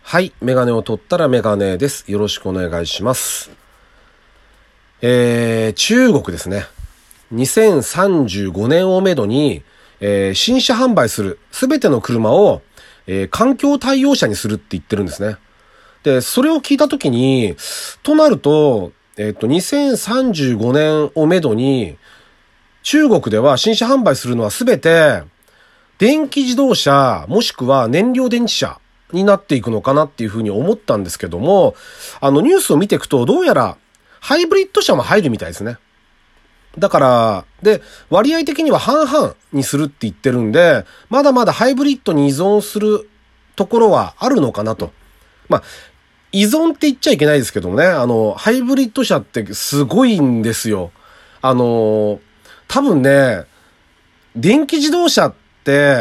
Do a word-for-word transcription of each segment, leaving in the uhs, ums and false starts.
はい。メガネを取ったらメガネです。よろしくお願いします。えー、中国ですね。にせんさんじゅうごねんをめどに、えー、新車販売するすべての車を、えー、環境対応車にするって言ってるんですね。で、それを聞いたときに、となると、えっと、にせんさんじゅうごねんをめどに、中国では新車販売するのはすべて、電気自動車、もしくは燃料電池車になっていくのかなっていうふうに思ったんですけども、あのニュースを見ていくと、どうやらハイブリッド車も入るみたいですね。だから、で、割合的には半々にするって言ってるんで、まだまだハイブリッドに依存するところはあるのかなと。まあ、依存って言っちゃいけないですけどもね、あの、ハイブリッド車ってすごいんですよ。あの、多分ね、電気自動車って、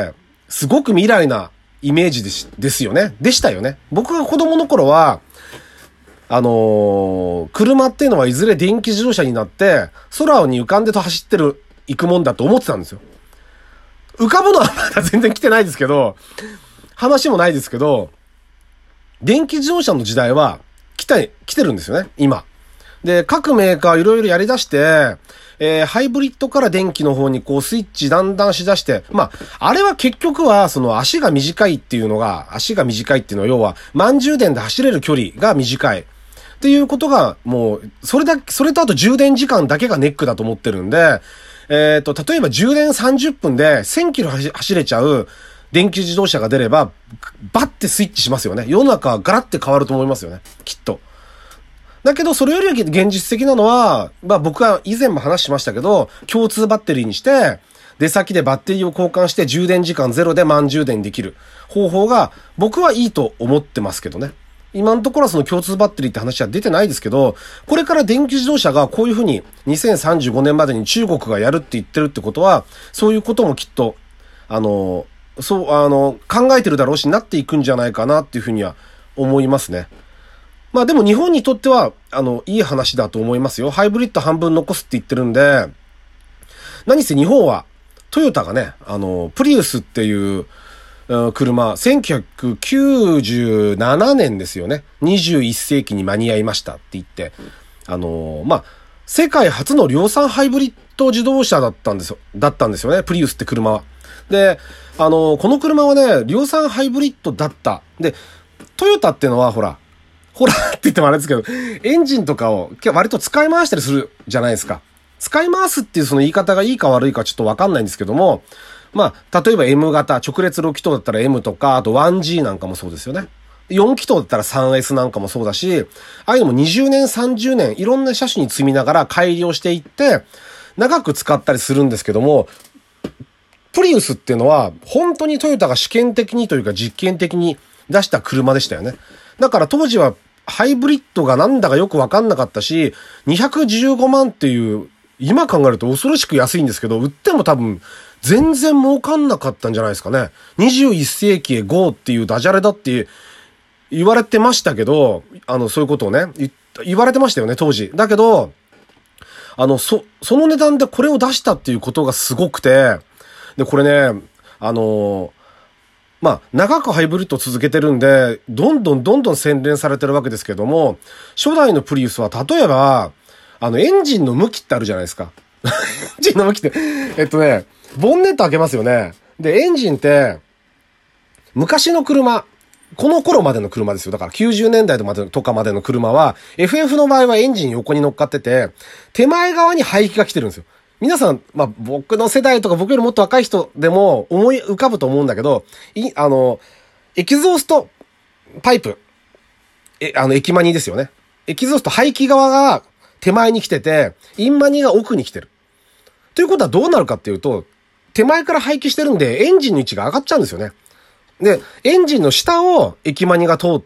すごく未来なイメージです、ですよね。でしたよね。僕が子供の頃は、あのー、車っていうのはいずれ電気自動車になって、空に浮かんでと走ってる、行くもんだと思ってたんですよ。浮かぶのはまだ全然来てないですけど、話もないですけど、電気自動車の時代は来た、来てるんですよね、今。で、各メーカーいろいろやり出して、えー、ハイブリッドから電気の方にこうスイッチだんだんしだして、まあ、あれは結局はその足が短いっていうのが、足が短いっていうのは要は満充電で走れる距離が短いっていうことがもう、それだけ、それとあと充電時間だけがネックだと思ってるんで、えっと、例えば充電さんじゅっぷんでせんキロ走れちゃう電気自動車が出れば、バッてスイッチしますよね。世の中ガラッて変わると思いますよね。きっと。だけど、それより現実的なのは、まあ僕は以前も話しましたけど、共通バッテリーにして、出先でバッテリーを交換して充電時間ゼロで満充電できる方法が僕はいいと思ってますけどね。今のところはその共通バッテリーって話は出てないですけど、これから電気自動車がこういうふうににせんさんじゅうごねんまでに中国がやるって言ってるってことは、そういうこともきっと、あの、そう、あの、考えてるだろうし、なっていくんじゃないかなっていうふうには思いますね。まあでも日本にとっては、あの、いい話だと思いますよ。ハイブリッド半分残すって言ってるんで、何せ日本は、トヨタがね、あの、プリウスっていう、車、せんきゅうひゃくきゅうじゅうななねんですよね。にじゅういっせいきに間に合いましたって言って、あの、まあ、世界初の量産ハイブリッド自動車だったんですよ、だったんですよね。プリウスって車は。で、あの、この車はね、量産ハイブリッドだった。で、トヨタってのはほら、ほらって言ってもあれですけど、エンジンとかを割と使い回したりするじゃないですか。使い回すっていうその言い方がいいか悪いかちょっとわかんないんですけども、まあ、例えば M 型、直列ろく気筒だったら M とか、あと ワンジー なんかもそうですよね。よん気筒だったら スリーエス なんかもそうだし、ああいうのもにじゅうねん、さんじゅうねん、いろんな車種に積みながら改良していって、長く使ったりするんですけども、プリウスっていうのは、本当にトヨタが試験的にというか実験的に出した車でしたよね。だから当時は、ハイブリッドがなんだかよくわかんなかったし、にひゃくじゅうごまんっていう、今考えると恐ろしく安いんですけど、売っても多分、全然儲かんなかったんじゃないですかね。にじゅういっせいきへ ゴー っていうダジャレだって言われてましたけど、あの、そういうことをね、言われてましたよね、当時。だけど、あの、そ、その値段でこれを出したっていうことがすごくて、で、これね、あの、まあ、長くハイブリッド続けてるんで、どんどんどんどん洗練されてるわけですけども、初代のプリウスは例えば、あの、エンジンの向きってあるじゃないですか。エンジンの向きって、えっとね、ボンネット開けますよね。で、エンジンって、昔の車、この頃までの車ですよ。だからきゅうじゅうねんだいとかまでの車は、エフエフ の場合はエンジン横に乗っかってて、手前側に排気が来てるんですよ。皆さん、まあ、僕の世代とか僕よりもっと若い人でも思い浮かぶと思うんだけど、い、あの、エキゾーストパイプ、え、あの、エキマニですよね。エキゾースト排気側が手前に来てて、インマニが奥に来てる。ということはどうなるかっていうと、手前から排気してるんで、エンジンの位置が上がっちゃうんですよね。で、エンジンの下をエキマニが通って、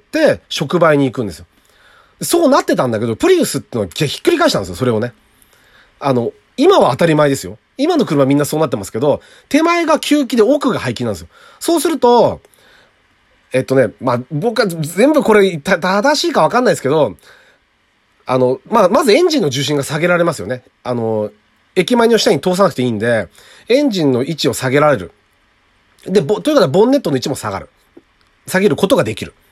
触媒に行くんですよ。そうなってたんだけど、プリウスってのはひっくり返したんですよ、それをね。あの、今は当たり前ですよ。今の車みんなそうなってますけど、手前が吸気で奥が排気なんですよ。そうすると、えっとね、まあ、僕は全部これ正しいかわかんないですけど、あの、まあ、まずエンジンの重心が下げられますよね。あの、駅前の下に通さなくていいんで、エンジンの位置を下げられる。で、ということはボンネットの位置も下がる。下げることができる。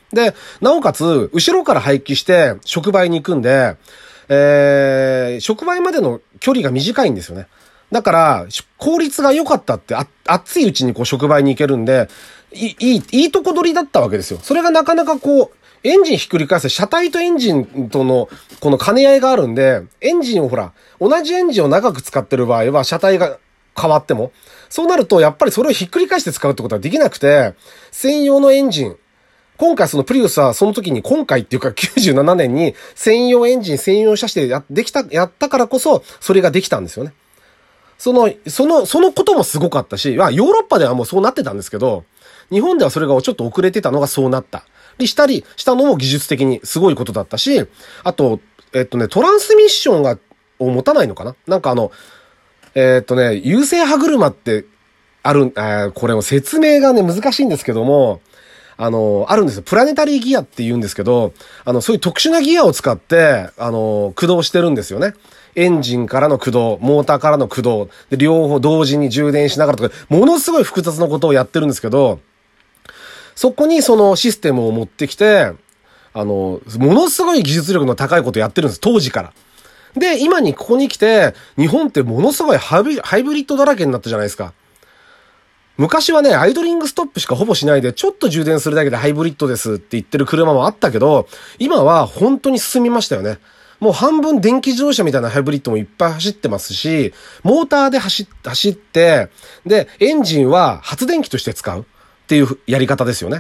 で、なおかつ、後ろから排気して、触媒に行くんで、えー、触媒までの距離が短いんですよね。だから、効率が良かったって、あ、熱いうちにこう触媒に行けるんで、いい、いい、いいとこ取りだったわけですよ。それがなかなかこう、エンジンひっくり返す、車体とエンジンとの、この兼ね合いがあるんで、エンジンをほら、同じエンジンを長く使ってる場合は、車体が変わっても、そうなると、やっぱりそれをひっくり返して使うってことはできなくて、専用のエンジン、今回そのプリウスはその時に今回っていうかきゅうじゅうななねんに専用エンジン専用車種でや、できた、やったからこそそれができたんですよね。その、その、そのこともすごかったし、まあヨーロッパではもうそうなってたんですけど、日本ではそれがちょっと遅れてたのがそうなった。りしたりしたのも技術的にすごいことだったし、あと、えっとね、トランスミッションが、を持たないのかななんかあの、えっとね、優勢歯車ってある、えー、これも説明がね難しいんですけども、あの、あるんですよ。プラネタリーギアって言うんですけど、あの、そういう特殊なギアを使って、あの、駆動してるんですよね。エンジンからの駆動、モーターからの駆動、で、両方同時に充電しながらとか、ものすごい複雑なことをやってるんですけど、そこにそのシステムを持ってきて、あの、ものすごい技術力の高いことをやってるんです、当時から。で、今にここに来て、日本ってものすごいハイブリッドだらけになったじゃないですか。昔はね、アイドリングストップしかほぼしないで、ちょっと充電するだけでハイブリッドですって言ってる車もあったけど、今は本当に進みましたよね。もう半分電気自動車みたいなハイブリッドもいっぱい走ってますし、モーターで走、走って、で、エンジンは発電機として使うっていうやり方ですよね。だから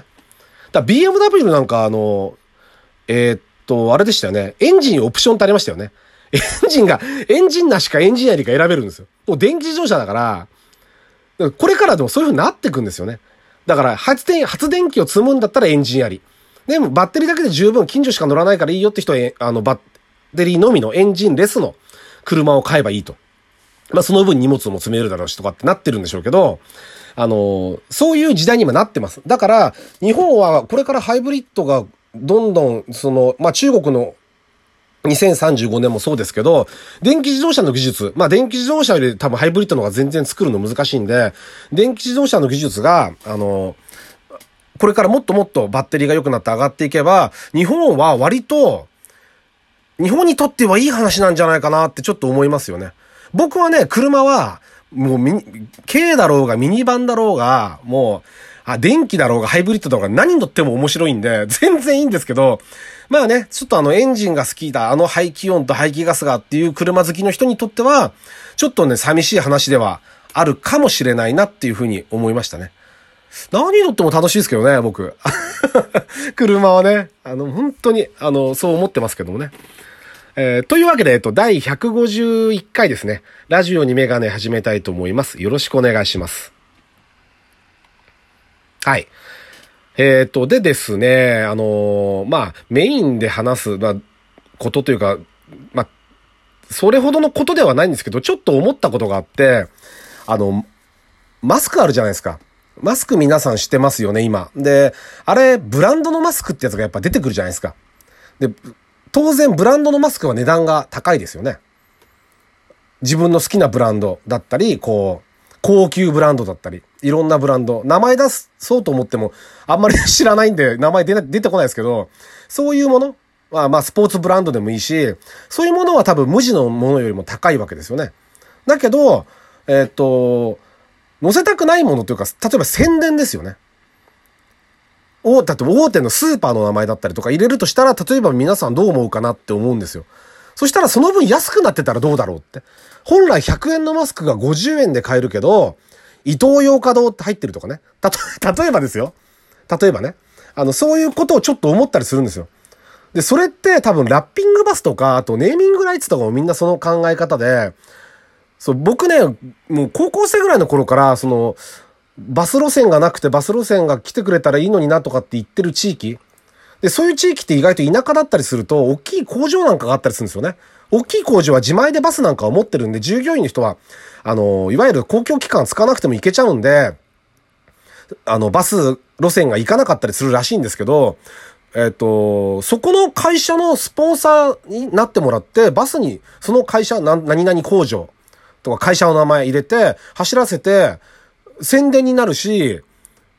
ビーエムダブリュー なんかあの、えー、っと、あれでしたよね。エンジンオプションってありましたよね。エンジンが、エンジンなしかエンジンありか選べるんですよ。もう電気自動車だから、これからでもそういう風になっていくんですよね。だから発電、発電機を積むんだったらエンジンあり。でもバッテリーだけで十分近所しか乗らないからいいよって人は、あのバッテリーのみのエンジンレスの車を買えばいいと。まあその分荷物も積めるだろうしとかってなってるんでしょうけど、あの、そういう時代にもなってます。だから日本はこれからハイブリッドがどんどんその、まあ中国のにせんさんじゅうごねんもそうですけど、電気自動車の技術、まあ電気自動車より多分ハイブリッドの方が全然作るの難しいんで、電気自動車の技術が、あの、これからもっともっとバッテリーが良くなって上がっていけば、日本は割と、日本にとってはいい話なんじゃないかなってちょっと思いますよね。僕はね、車は、もうミニ、軽だろうがミニバンだろうが、もう、あ、電気だろうがハイブリッドだろうが何に乗っても面白いんで、全然いいんですけど、まあね、ちょっとあのエンジンが好きだ、あの排気音と排気ガスがっていう車好きの人にとっては、ちょっとね、寂しい話ではあるかもしれないなっていうふうに思いましたね。何に乗っても楽しいですけどね、僕。車はね、あの、本当に、あの、そう思ってますけどもね。えー、というわけで、えっと、だいひゃくごじゅういっかいですね。ラジオにメガネ始めたいと思います。よろしくお願いします。はい。えっと、でですね、あのー、まあ、メインで話す、まあ、ことというか、まあ、それほどのことではないんですけど、ちょっと思ったことがあって、あの、マスクあるじゃないですか。マスク皆さんしてますよね、今。で、あれ、ブランドのマスクってやつがやっぱ出てくるじゃないですか。で、当然ブランドのマスクは値段が高いですよね。自分の好きなブランドだったり、こう、高級ブランドだったり、いろんなブランド、名前出そうと思っても、あんまり知らないんで、名前出な、出てこないですけど、そういうものまあまあ、スポーツブランドでもいいし、そういうものは多分無地のものよりも高いわけですよね。だけど、えっと、載せたくないものというか、例えば宣伝ですよね。お、だって大手のスーパーの名前だったりとか入れるとしたら、例えば皆さんどう思うかなって思うんですよ。そしたらその分安くなってたらどうだろうって。本来ひゃくえんのマスクがごじゅうえんで買えるけど、イトーヨーカドーって入ってるとかね。たと、例えばですよ。例えばね。あの、そういうことをちょっと思ったりするんですよ。で、それって多分ラッピングバスとか、あとネーミングライツとかもみんなその考え方で、そう、僕ね、もう高校生ぐらいの頃から、その、バス路線がなくてバス路線が来てくれたらいいのになとかって言ってる地域。で、そういう地域って意外と田舎だったりすると、大きい工場なんかがあったりするんですよね。大きい工場は自前でバスなんかを持ってるんで、従業員の人は、あの、いわゆる公共機関使わなくても行けちゃうんで、あの、バス路線が行かなかったりするらしいんですけど、えっと、そこの会社のスポンサーになってもらって、バスに、その会社、な、何々工場とか会社の名前入れて、走らせて、宣伝になるし、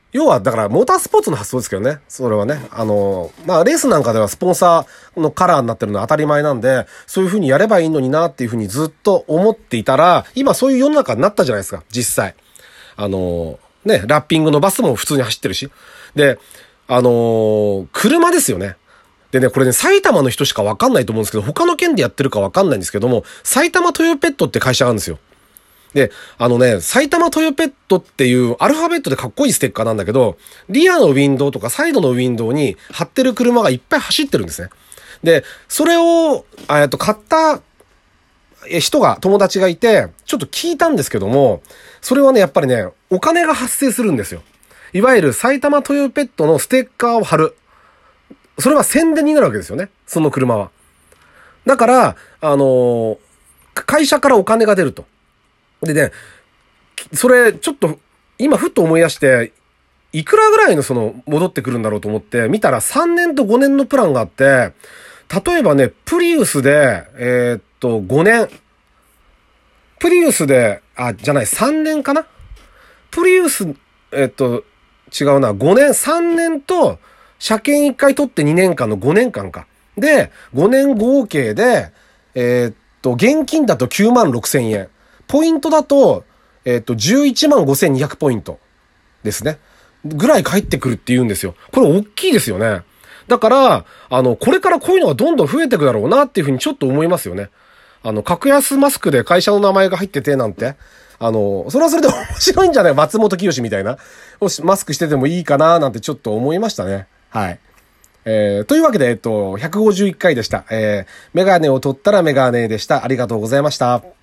要は、だから、モータースポーツの発想ですけどね。それはね。あの、まあ、レースなんかではスポンサーのカラーになってるのは当たり前なんで、そういう風にやればいいのになっていう風にずっと思っていたら、今そういう世の中になったじゃないですか、実際。あの、ね、ラッピングのバスも普通に走ってるし。で、あの、車ですよね。でね、これね、埼玉の人しかわかんないと思うんですけど、他の県でやってるかわかんないんですけども、埼玉トヨペットって会社があるんですよ。で、あのね、埼玉トヨペットっていうアルファベットでかっこいいステッカーなんだけど、リアのウィンドウとかサイドのウィンドウに貼ってる車がいっぱい走ってるんですね。で、それを、えっと、買った人が、友達がいて、ちょっと聞いたんですけども、それはね、やっぱりね、お金が発生するんですよ。いわゆる埼玉トヨペットのステッカーを貼る。それは宣伝になるわけですよね。その車は。だから、あのー、会社からお金が出ると。でね、それ、ちょっと、今ふっと思い出して、いくらぐらいのその、戻ってくるんだろうと思って、見たらさんねんとごねんのプランがあって、例えばね、プリウスで、えー、っと、ごねん。プリウスで、あ、じゃない、さんねんかな？プリウス、えー、っと、違うな、ごねん、さんねんと、車検いっかい取ってにねんかんのごねんかんか。で、ごねん合計で、えー、っと、現金だときゅうまんろくせんえん。ポイントだと、えっと、じゅういちまんごせんにひゃくポイントですね。ぐらい返ってくるって言うんですよ。これ大きいですよね。だから、あの、これからこういうのがどんどん増えていくだろうなっていうふうにちょっと思いますよね。あの、格安マスクで会社の名前が入っててなんて。あの、それはそれで面白いんじゃない？松本清みたいな。もしマスクしててもいいかななんてちょっと思いましたね。はい。えー、というわけで、えっと、ひゃくごじゅういっかいでした。えー、メガネを取ったらメガネでした。ありがとうございました。